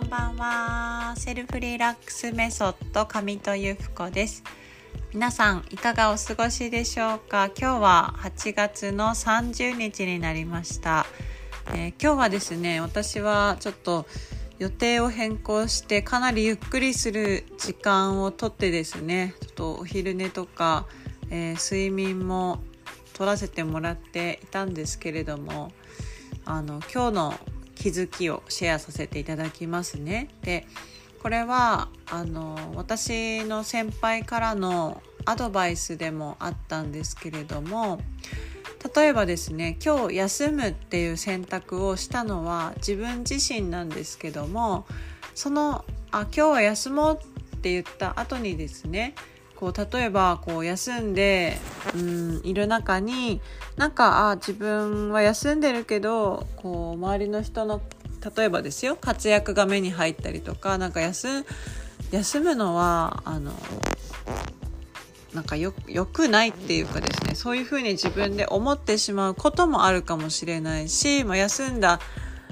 ばんは。セルフリラックスメソッド上戸由布子です。皆さんいかがお過ごしでしょうか。今日は8月の30日になりました。今日はですね、私はちょっと予定を変更してかなりゆっくりする時間をとってですね、ちょっとお昼寝とか、睡眠も取らせてもらっていたんですけれども、今日の気づきをシェアさせていただきますね。で、これは私の先輩からのアドバイスでもあったんですけれども、例えばですね、今日休むっていう選択をしたのは自分自身なんですけども、今日は休もうって言った後にですね、例えば休んでいる中に自分は休んでるけど周りの人の例えばですよ、活躍が目に入ったりとか、休むのは良くないっていうかですね、そういうふうに自分で思ってしまうこともあるかもしれないし、休んだ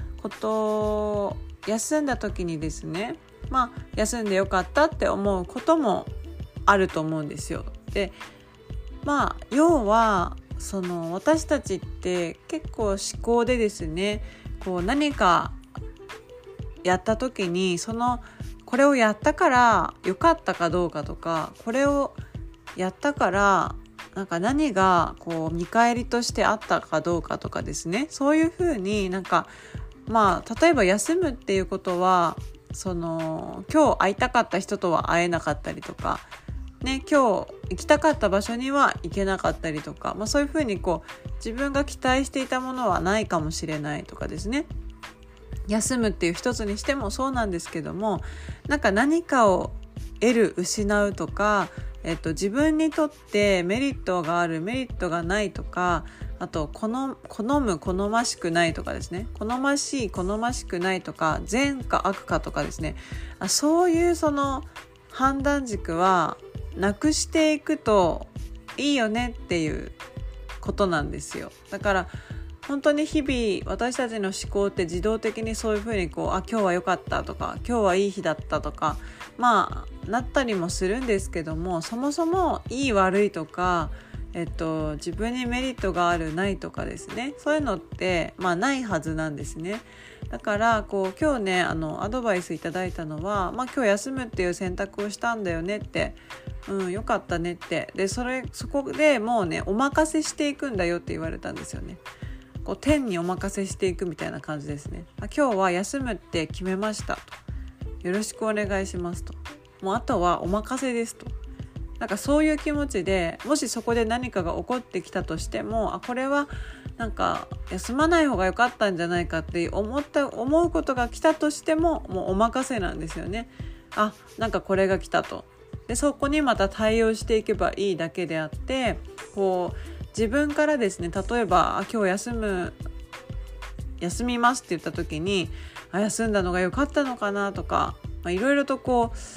時にですね、休んでよかったって思うこともあると思うんですよ。で、要は私たちって結構思考でですね、何かやった時にこれをやったから良かったかどうかとか、これをやったから何が見返りとしてあったかどうかとかですね、そういうふうに例えば休むっていうことは今日会いたかった人とは会えなかったりとかね、今日行きたかった場所には行けなかったりとか、そういうふうに自分が期待していたものはないかもしれないとかですね、休むっていう一つにしてもそうなんですけども、何かを得る失うとか、自分にとってメリットがあるメリットがないとか、あと好む好ましくないとかですね、好ましい好ましくないとか、善か悪かとかですね、そういう判断軸はなくしていくといいよねっていうことなんですよ。だから本当に日々私たちの思考って自動的にそういうふうに今日は良かったとか、今日はいい日だったとかなったりもするんですけども、そもそもいい悪いとか、自分にメリットがあるないとかですね、そういうのってないはずなんですね。だから今日ねアドバイスいただいたのは、今日休むっていう選択をしたんだよねって、よかったねって、でそこでもうねお任せしていくんだよって言われたんですよね。天にお任せしていくみたいな感じですね。今日は休むって決めましたと、よろしくお願いしますと、もうあとはお任せですと、そういう気持ちで、もしそこで何かが起こってきたとしても、これは休まない方が良かったんじゃないかって思うことが来たとしても、もうお任せなんですよね。これが来たと、でそこにまた対応していけばいいだけであって、自分からですね、例えば今日休みますって言った時に、休んだのが良かったのかなとか、いろいろと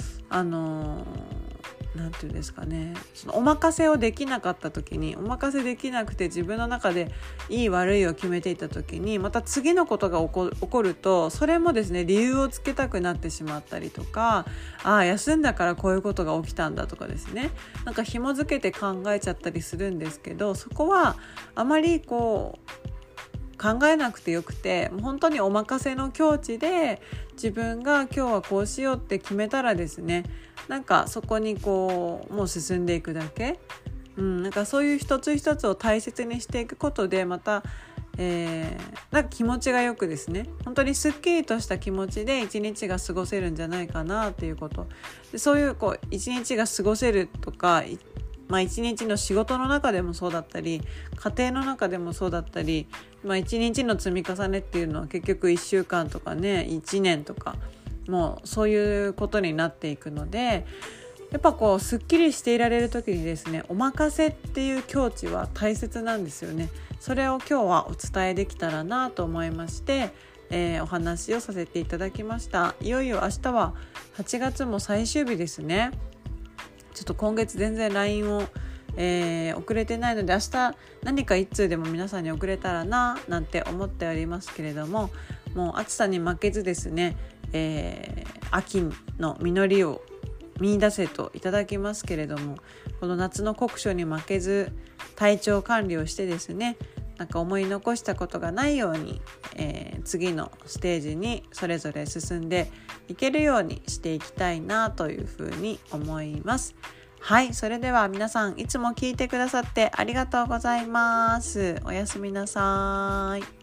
なんていうんですかね、お任せをできなかった時に、お任せできなくて自分の中でいい悪いを決めていた時に、また次のことが起こると、それもですね理由をつけたくなってしまったりとか、休んだからこういうことが起きたんだとかですね、紐付けて考えちゃったりするんですけど、そこはあまり考えなくてよくて、本当にお任せの境地で自分が今日はこうしようって決めたらですね、そこにもう進んでいくだけ、そういう一つ一つを大切にしていくことで、また、気持ちがよくですね、本当にすっきりとした気持ちで一日が過ごせるんじゃないかなっていうことで、そういう一日が過ごせるとか、一日の仕事の中でもそうだったり、家庭の中でもそうだったり、一日の積み重ねっていうのは結局1週間とかね、1年とか、もうそういうことになっていくので、やっぱすっきりしていられる時にですね、お任せっていう境地は大切なんですよね。それを今日はお伝えできたらなと思いまして、お話をさせていただきました。いよいよ明日は8月も最終日ですね。ちょっと今月全然 LINE を、送れてないので、明日何か一通でも皆さんに送れたらななんて思っておりますけれども、もう暑さに負けずですね、 秋の実りを見出せといただきますけれども、この夏の酷暑に負けず体調管理をしてですね、なんか思い残したことがないように、次のステージにそれぞれ進んでいけるようにしていきたいなというふうに思います。はい、それでは皆さんいつも聞いてくださってありがとうございます。おやすみなさい。